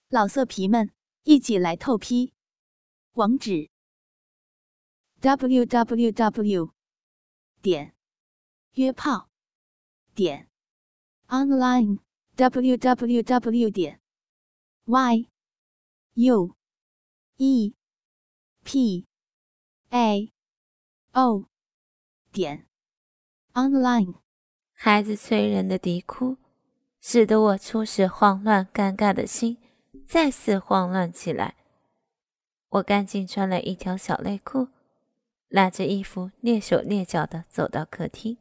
老色皮们，一起来透批！网址 www.约炮online www.yuepao.online。 孩子催人的啼哭，使得我初始慌乱尴尬的心再次慌乱起来。我赶紧穿了一条小内裤，拉着衣服蹑手蹑脚地走到客厅。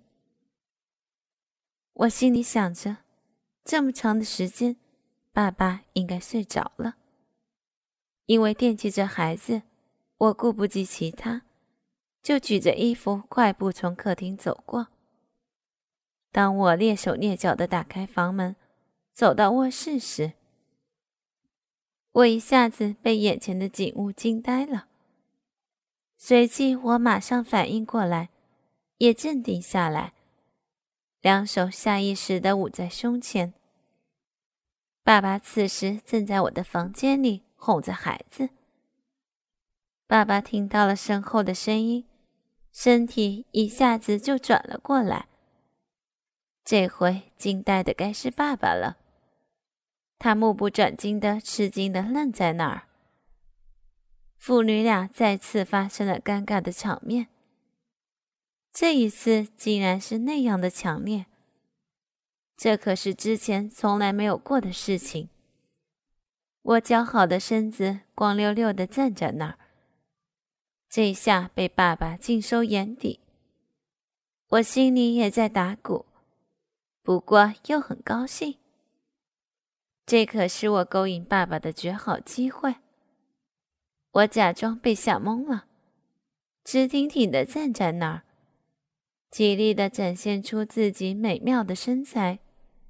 我心里想着，这么长的时间，爸爸应该睡着了。因为惦记着孩子，我顾不及其他，就举着衣服快步从客厅走过。当我蹑手蹑脚地打开房门，走到卧室时，我一下子被眼前的景物惊呆了。随即我马上反应过来，也镇定下来，两手下意识地捂在胸前。爸爸此时正在我的房间里哄着孩子。爸爸听到了身后的声音，身体一下子就转了过来。这回惊呆的该是爸爸了，他目不转睛地吃惊地愣在那儿。父女俩再次发生了尴尬的场面，这一次竟然是那样的强烈，这可是之前从来没有过的事情。我姣好的身子光溜溜地站在那儿，这下被爸爸尽收眼底。我心里也在打鼓，不过又很高兴，这可是我勾引爸爸的绝好机会。我假装被吓懵了，直挺挺地站在那儿，极力地展现出自己美妙的身材。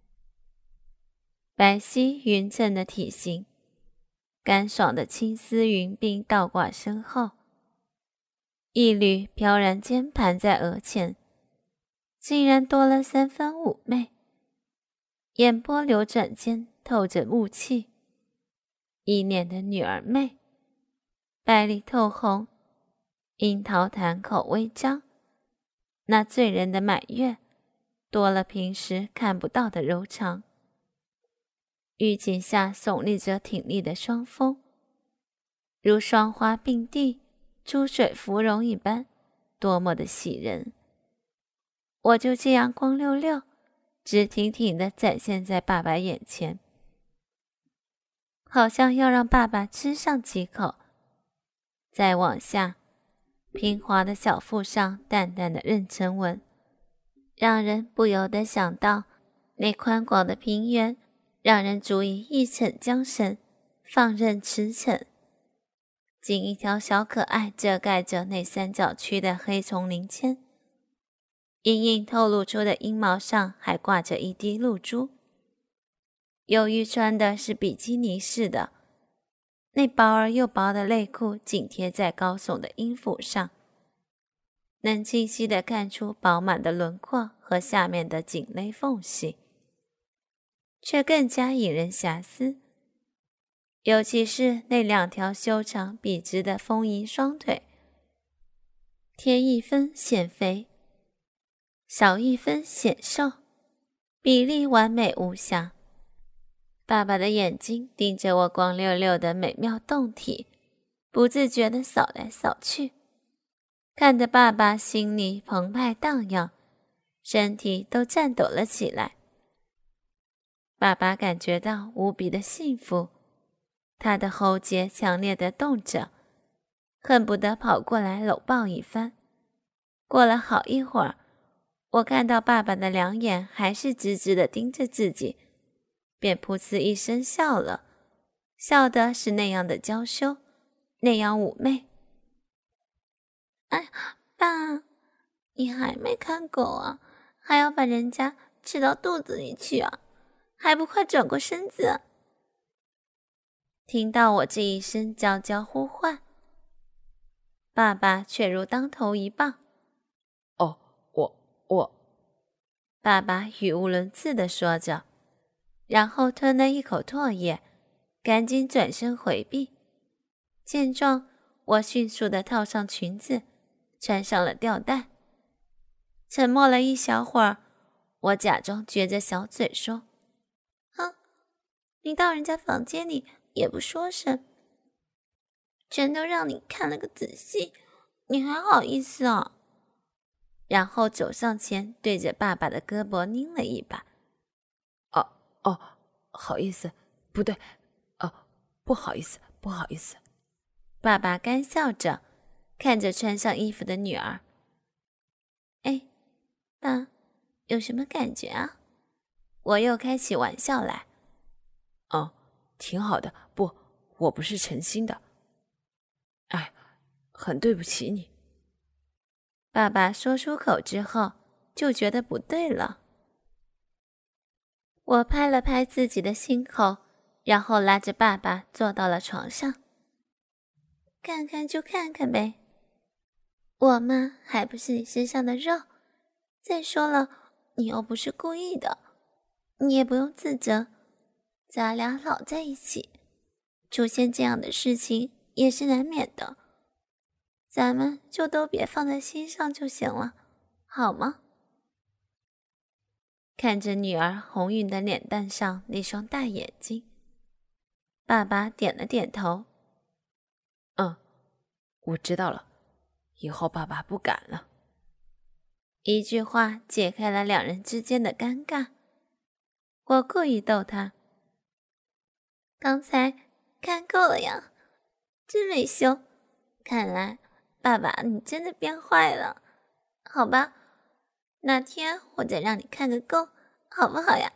白皙匀称的体型，干爽的青丝云鬓倒挂身后，一缕飘然间盘在额前，竟然多了3分妩媚。眼波流转间透着雾气，一脸的女儿媚，白里透红，樱桃潭口微张，那醉人的满月多了平时看不到的柔长。玉颈下耸立着挺立的双峰，如双花并蒂，出水芙蓉一般，多么的喜人。我就这样光溜溜直挺挺地展现在爸爸眼前，好像要让爸爸吃上几口。再往下，平滑的小腹上淡淡的妊娠纹，让人不由得想到那宽广的平原，让人足以一逞缰绳，放任驰骋。仅一条小可爱遮盖着那3角区的黑丛林间，隐隐透露出的阴毛上还挂着一滴露珠。由于穿的是比基尼式的，那薄而又薄的内裤紧贴在高耸的阴府上，能清晰地看出饱满的轮廓和下面的紧勒缝隙，却更加引人遐思。尤其是那2条修长笔直的丰盈双腿，添1分显肥，少1分显瘦，比例完美无瑕。爸爸的眼睛盯着我光溜溜的美妙胴体，不自觉地扫来扫去，看得爸爸心里澎湃荡漾，身体都颤抖了起来。爸爸感觉到无比的幸福，他的喉结强烈地动着，恨不得跑过来搂抱一番。过了好一会儿，我看到爸爸的2眼还是直直地盯着自己，便噗呲一声笑了，笑的是那样的娇羞，那样妩媚。哎，爸，你还没看够啊，还要把人家吃到肚子里去啊，还不快转过身子。听到我这一声娇娇呼唤，爸爸却如当头一棒。 哦，我…… 爸爸语无伦次地说着，然后吞了一口唾液， 赶紧转身回避。见状，我迅速地套上裙子，穿上了吊带。沉默了一小会儿，我假装撅着小嘴说：“哼，你到人家房间里也不说声，全都让你看了个仔细，你还好意思啊？”然后走上前，对着爸爸的胳膊拧了一把。 哦，好意思，不对，不好意思，不好意思。 爸爸干笑着，看着穿上衣服的女儿。哎，爸，有什么感觉啊？我又开起玩笑来。 挺好的，不，我不是诚心的。哎，很对不起你。 爸爸说出口之后，就觉得不对了。我拍了拍自己的心口，然后拉着爸爸坐到了床上。看看就看看呗，我嘛还不是你身上的肉。再说了，你又不是故意的，你也不用自责。咱俩老在一起，出现这样的事情也是难免的。咱们就都别放在心上就行了，好吗？看着女儿红晕的脸蛋上那双大眼睛，爸爸点了点头。 我知道了，以后爸爸不敢了。 一句话解开了两人之间的尴尬。我故意逗他：“刚才看够了呀，真没羞。看来爸爸你真的变坏了。好吧，哪天我再让你看个够，好不好呀？”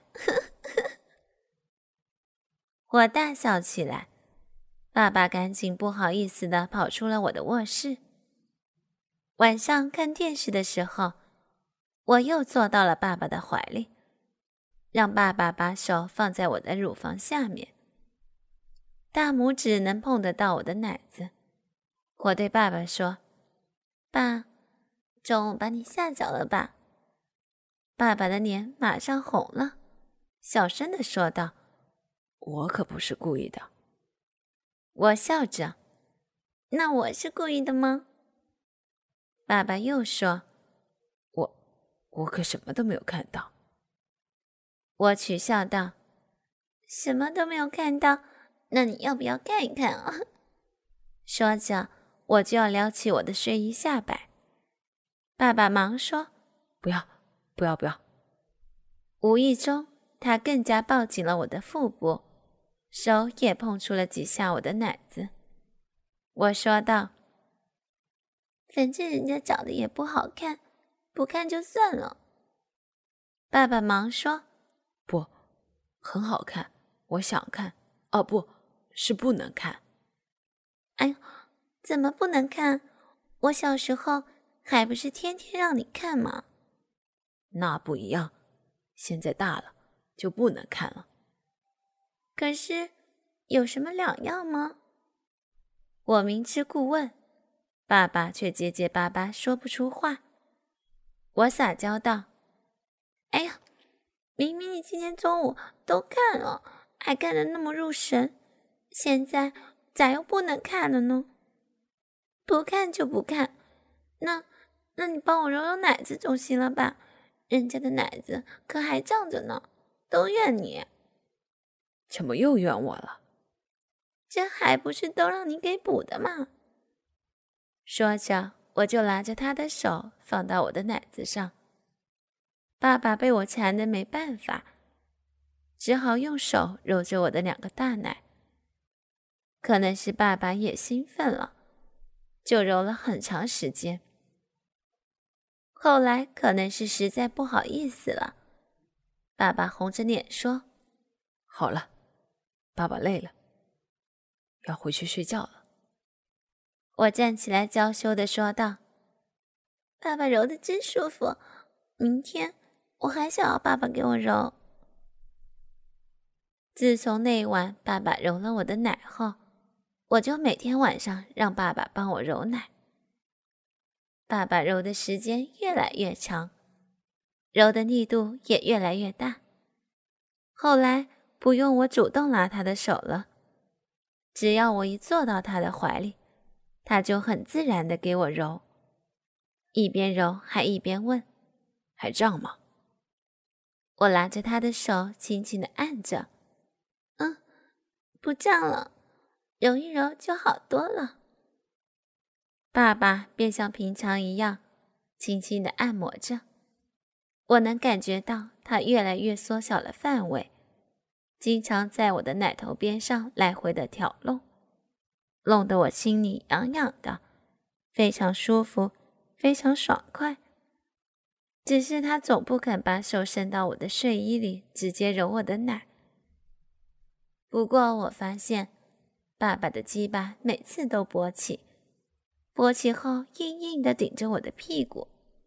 我大笑起来。爸爸赶紧不好意思地跑出了我的卧室。晚上看电视的时候，我又坐到了爸爸的怀里，让爸爸把手放在我的乳房下面，大拇指能碰得到我的奶子。我对爸爸说：“爸，中午把你吓着了吧？”爸爸的脸马上红了，小声地说道：“ 我可不是故意的。” 我笑着：“那我是故意的吗？”爸爸又说：“ 我可什么都没有看到。” 我取笑道：“什么都没有看到，那你要不要看一看啊？”说着，我就要撩起我的睡衣下摆。爸爸忙说：“ 不要，不要，不要。” 无意中，他更加抱紧了我的腹部，手也碰触了几下我的奶子。我说道：“反正人家长得也不好看，不看就算了。”爸爸忙说：“ 不，很好看，我想看。哦，不是不能看。” 哎呦，怎么不能看？我小时候还不是天天让你看吗？ 那不一样，现在大了就不能看了。 可是有什么两样吗？我明知故问，爸爸却结结巴巴说不出话。我撒娇道：“哎呀，明明你今天中午都看了，还看得那么入神，现在咋又不能看了呢？不看就不看，那你帮我揉揉奶子总行了吧？人家的奶子可还胀着呢，都怨你。” 怎么又怨我了？ 这还不是都让你给补的吗？说着，我就拉着他的手放到我的奶子上。爸爸被我缠得没办法，只好用手揉着我的两个大奶。可能是爸爸也兴奋了，就揉了很长时间。后来可能是实在不好意思了，爸爸红着脸说：“ 好了，爸爸累了，要回去睡觉了。” 我站起来娇羞地说道：“爸爸揉得真舒服，明天我还想要爸爸给我揉。”自从那晚爸爸揉了我的奶后，我就每天晚上让爸爸帮我揉奶。爸爸揉的时间越来越长，揉的力度也越来越大。后来不用我主动拉他的手了， 只要我一坐到他的怀里，他就很自然地给我揉，一边揉还一边问：“ 还胀吗？” 我拉着他的手轻轻地按着，不胀了，揉一揉就好多了。爸爸便像平常一样，轻轻地按摩着。我能感觉到他越来越缩小了范围，经常在我的奶头边上来回的挑弄，弄得我心里痒痒的，非常舒服，非常爽快。只是他总不肯把手伸到我的睡衣里，直接揉我的奶。不过我发现，爸爸的鸡巴每次都勃起，勃起后硬硬地顶着我的屁股。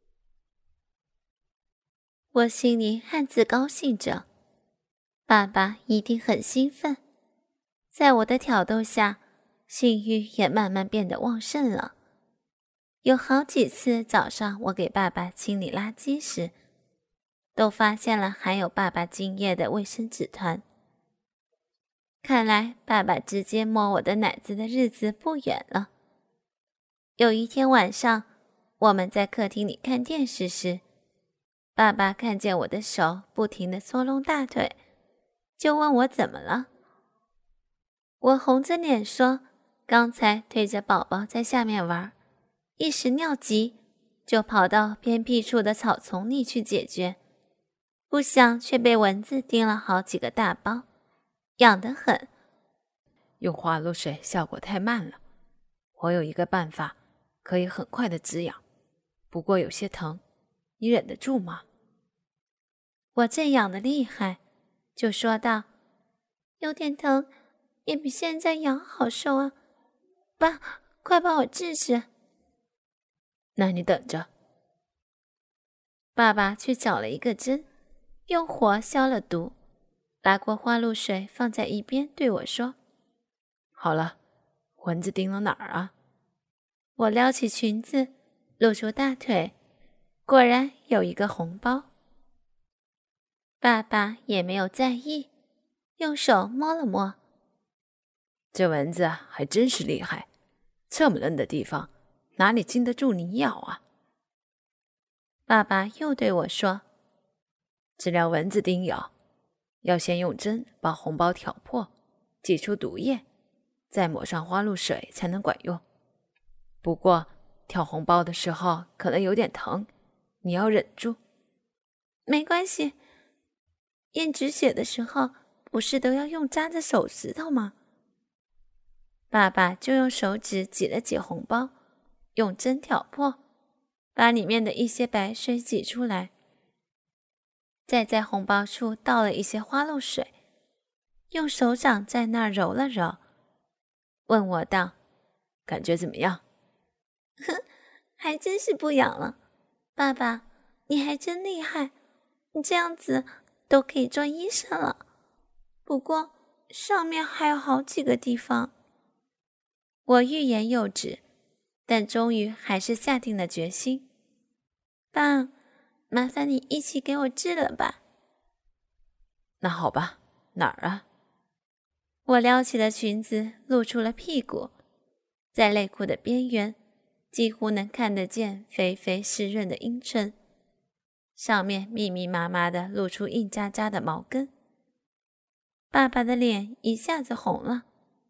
我心里暗自高兴着，爸爸一定很兴奋。在我的挑逗下，性欲也慢慢变得旺盛了。有好几次早上我给爸爸清理垃圾时，都发现了含有爸爸精液的卫生纸团。看来爸爸直接摸我的奶子的日子不远了。有一天晚上，我们在客厅里看电视时，爸爸看见我的手不停地搓弄大腿，就问我怎么了。我红着脸说，刚才推着宝宝在下面玩，一时尿急，就跑到偏僻处的草丛里去解决，不想却被蚊子叮了好几个大包，痒得很。 用花露水效果太慢了，我有一个办法，可以很快的止痒，不过有些疼，你忍得住吗？ 我正痒得厉害，就说道：“有点疼，也比现在痒好受啊，爸，快帮我治治。” 那你等着。 爸爸去找了一个针，用火消了毒，拿过花露水放在一边，对我说：“ 好了，蚊子叮了哪儿啊？” 我撩起裙子，露出大腿，果然有一个红包。爸爸也没有在意，用手摸了摸。 这蚊子还真是厉害，这么嫩的地方，哪里经得住你咬啊？ 爸爸又对我说：“ 治疗蚊子叮咬，要先用针把红包挑破，挤出毒液，再抹上花露水才能管用。不过挑红包的时候可能有点疼，你要忍住。” 没关系，验止血的时候不是都要用扎着手指头吗？爸爸就用手指挤了挤红包，用针挑破，把里面的一些白水挤出来，再在红包处倒了一些花露水，用手掌在那儿揉了揉，问我道：“ 感觉怎么样？” 还真是不痒了。爸爸，你还真厉害，你这样子都可以做医生了。不过上面还有好几个地方。我欲言又止，但终于还是下定了决心。爸，麻烦你一起给我治了吧。 那好吧，哪儿啊？ 我撩起了裙子，露出了屁股，在内裤的边缘几乎能看得见肥肥湿润的阴唇，上面密密麻麻的露出硬扎扎的毛根。爸爸的脸一下子红了。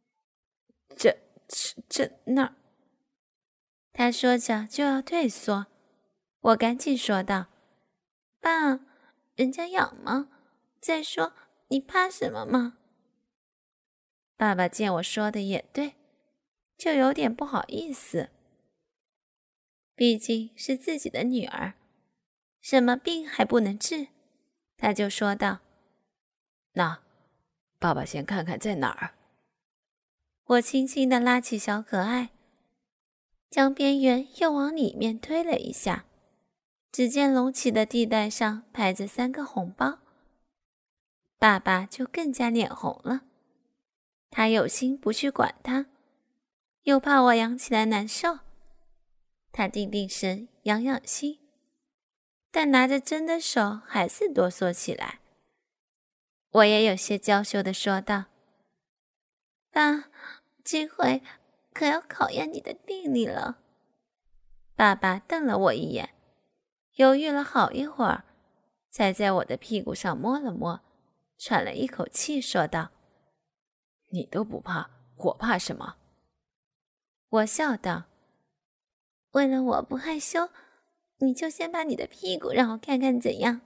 这那儿。他说着就要退缩，我赶紧说道：“爸，人家痒吗？再说你怕什么吗？”爸爸见我说的也对，就有点不好意思。毕竟是自己的女儿，什么病还不能治，他就说道：“ 那，爸爸先看看在哪儿。” 我轻轻地拉起小可爱，将边缘又往里面推了一下，只见隆起的地带上排着3个红包。爸爸就更加脸红了，他有心不去管它，又怕我痒起来难受，他定定神，养养心，但拿着针的手还是哆嗦起来。我也有些娇羞地说道：“爸， 这回可要考验你的定力了。爸爸瞪了我一眼，犹豫了好一会儿，才在我的屁股上摸了摸，喘了一口气说道： 你都不怕，我怕什么？ 我笑道：为了我不害羞，你就先把你的屁股让我看看怎样？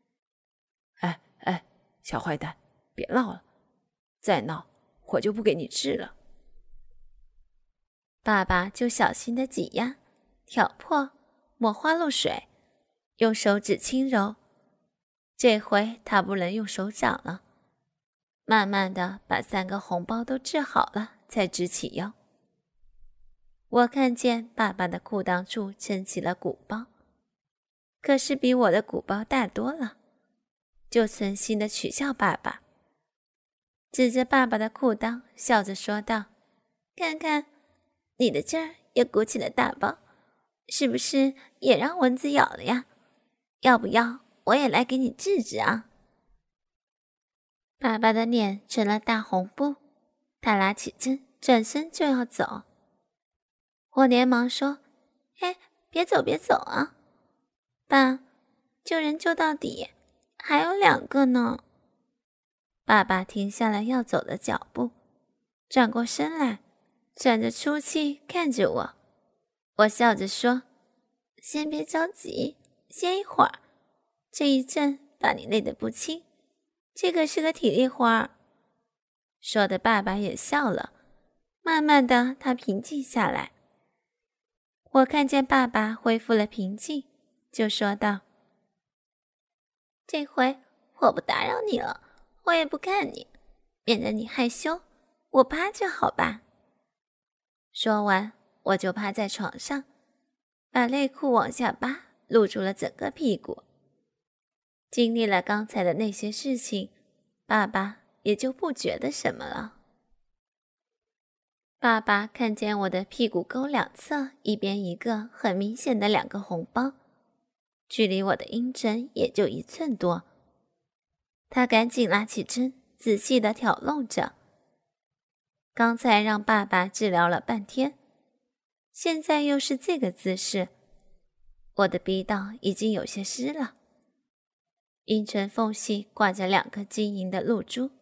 哎，小坏蛋，别闹了，再闹我就不给你治了。 爸爸就小心地挤压、挑破、抹花露水，用手指轻揉。这回他不能用手掌了，慢慢地把3个红包都治好了，才直起腰。我看见爸爸的裤裆处撑起了鼓包，可是比我的鼓包大多了，就存心地取笑爸爸，指着爸爸的裤裆笑着说道：看看你的这儿也鼓起了大包，是不是也让蚊子咬了呀？要不要我也来给你治治啊？爸爸的脸成了大红布，他拉起针转身就要走。我连忙说：嘿，别走别走啊，爸，救人救到底，还有2个呢。爸爸停下了要走的脚步，转过身来，喘着粗气看着我。我笑着说：先别着急，歇一会儿，这一阵把你累得不轻，这可是个体力活儿。说的爸爸也笑了，慢慢的他平静下来。我看见爸爸恢复了平静，就说道：这回我不打扰你了，我也不看你，免得你害羞，我趴着好吧？说完，我就趴在床上，把内裤往下扒，露出了整个屁股。经历了刚才的那些事情，爸爸也就不觉得什么了。爸爸看见我的屁股沟2侧一边一个很明显的2个红包，距离我的阴唇也就1寸多。他赶紧拉起针，仔细地挑弄着。刚才让爸爸治疗了半天，现在又是这个姿势，我的逼道已经有些湿了，阴唇缝隙挂着2颗晶莹的露珠。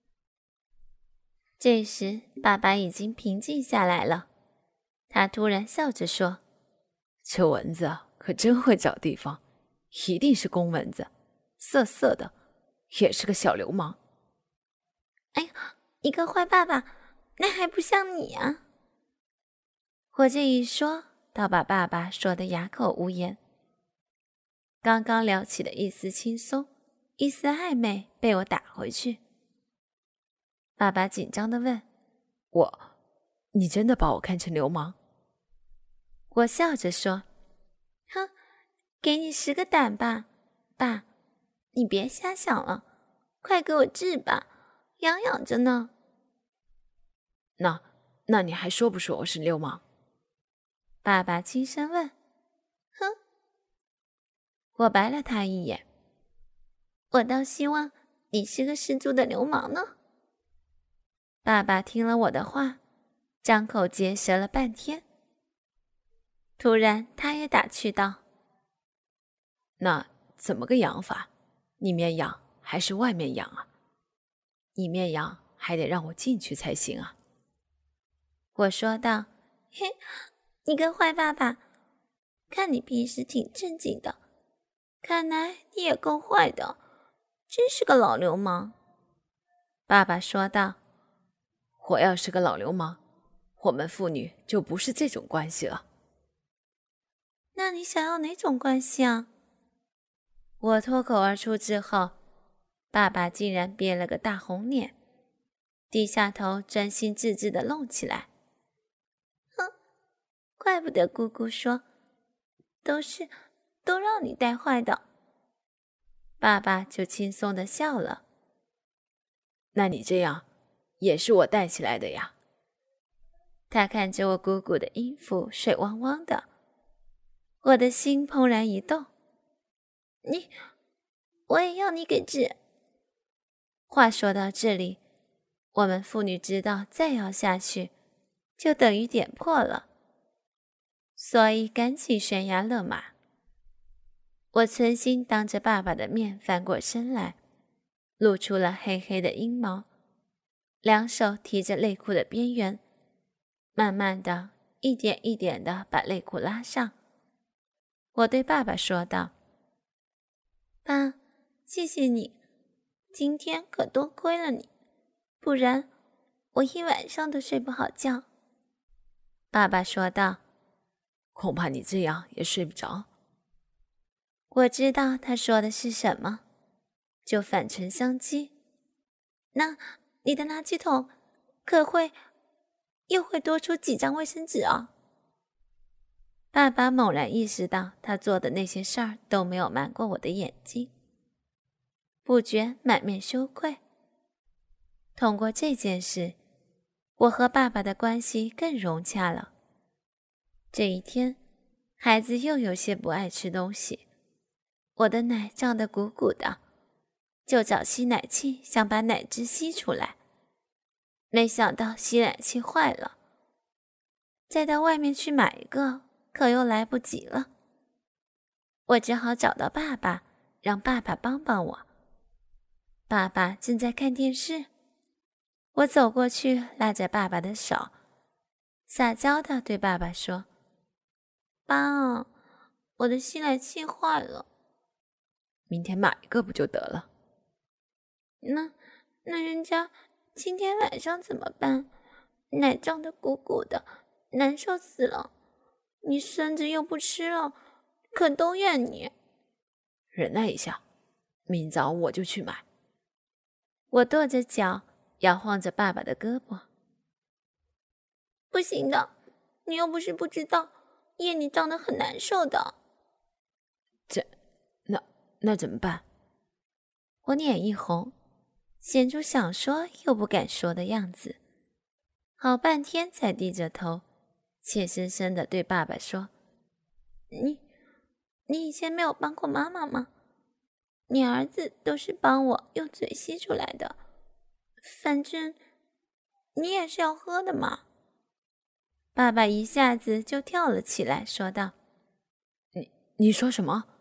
这时爸爸已经平静下来了，他突然笑着说： 这蚊子可真会找地方，一定是公蚊子，色色的，也是个小流氓。 哎呀，你个坏爸爸，那还不像你啊！我这一说，倒把爸爸说得哑口无言。刚刚聊起的一丝轻松，一丝暧昧被我打回去。爸爸紧张地问： 你真的把我看成流氓？ 我笑着说：哼，给你10个胆吧，爸，你别瞎想了，快给我治吧，痒痒着呢。 那你还说不说我是流氓？ 爸爸轻声问。哼，我白了他一眼，我倒希望你是个十足的流氓呢。爸爸听了我的话，张口结舌了半天，突然他也打趣道： 那怎么个养法？里面养还是外面养啊？里面养还得让我进去才行啊。 我说道：嘿，你个坏爸爸，看你平时挺正经的，看来你也够坏的，真是个老流氓。爸爸说道： 我要是个老流氓，我们父女就不是这种关系了。 那你想要哪种关系啊？我脱口而出之后，爸爸竟然憋了个大红脸，低下头专心致志地弄起来。哼，怪不得姑姑说，都让你带坏的。爸爸就轻松地笑了。 那你这样也是我带起来的呀。 他看着我鼓鼓的阴府水汪汪的，我的心怦然一动。我也要你给治。话说到这里，我们父女知道再要下去就等于点破了，所以赶紧悬崖勒马。我存心当着爸爸的面翻过身来，露出了黑黑的阴毛，两手提着内裤的边缘，慢慢的一点一点的把内裤拉上。我对爸爸说道：爸，谢谢你，今天可多亏了你，不然我一晚上都睡不好觉。爸爸说道： 恐怕你这样也睡不着。 我知道他说的是什么，就反唇相讥：那你的垃圾桶可又会多出几张卫生纸啊？爸爸猛然意识到他做的那些事儿都没有瞒过我的眼睛，不觉满面羞愧。通过这件事，我和爸爸的关系更融洽了。这一天，孩子又有些不爱吃东西，我的奶胀得鼓鼓的，就找吸奶器想把奶汁吸出来，没想到吸奶器坏了，再到外面去买一个，可又来不及了。我只好找到爸爸，让爸爸帮帮我。爸爸正在看电视，我走过去拉着爸爸的手，撒娇地对爸爸说：爸，我的吸奶器坏了。 明天买一个不就得了？ 那人家今天晚上怎么办？奶胀得鼓鼓的，难受死了。你孙子又不吃了，可都怨你。 忍耐一下，明早我就去买。 我跺着脚，摇晃着爸爸的胳膊。不行的，你又不是不知道，夜里胀得很难受的。 那怎么办？ 我脸一红，显出想说又不敢说的样子，好半天才低着头，怯生生地对爸爸说：你以前没有帮过妈妈吗？你儿子都是帮我用嘴吸出来的，反正你也是要喝的嘛。爸爸一下子就跳了起来，说道： 你说什么？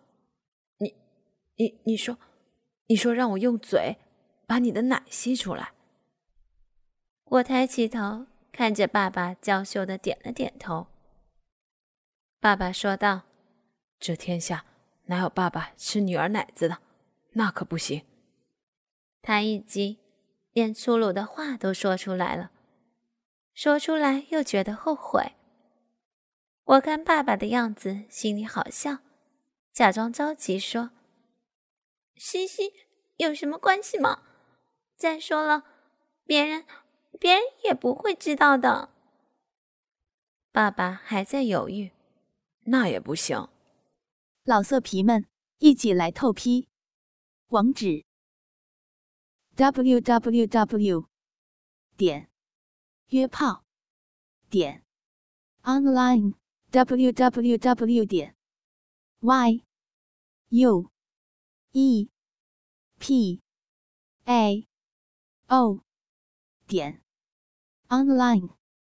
你说让我用嘴把你的奶吸出来？ 我抬起头，看着爸爸娇羞地点了点头。爸爸说道： 这天下哪有爸爸吃女儿奶子的，那可不行。 他一急，连粗鲁的话都说出来了，说出来又觉得后悔。我看爸爸的样子，心里好笑，假装着急说：吸有什么关系吗？再说了，别人也不会知道的。爸爸还在犹豫。 那也不行。 老色皮们，一起来透批！网址 www.约炮.online www.yuepao.online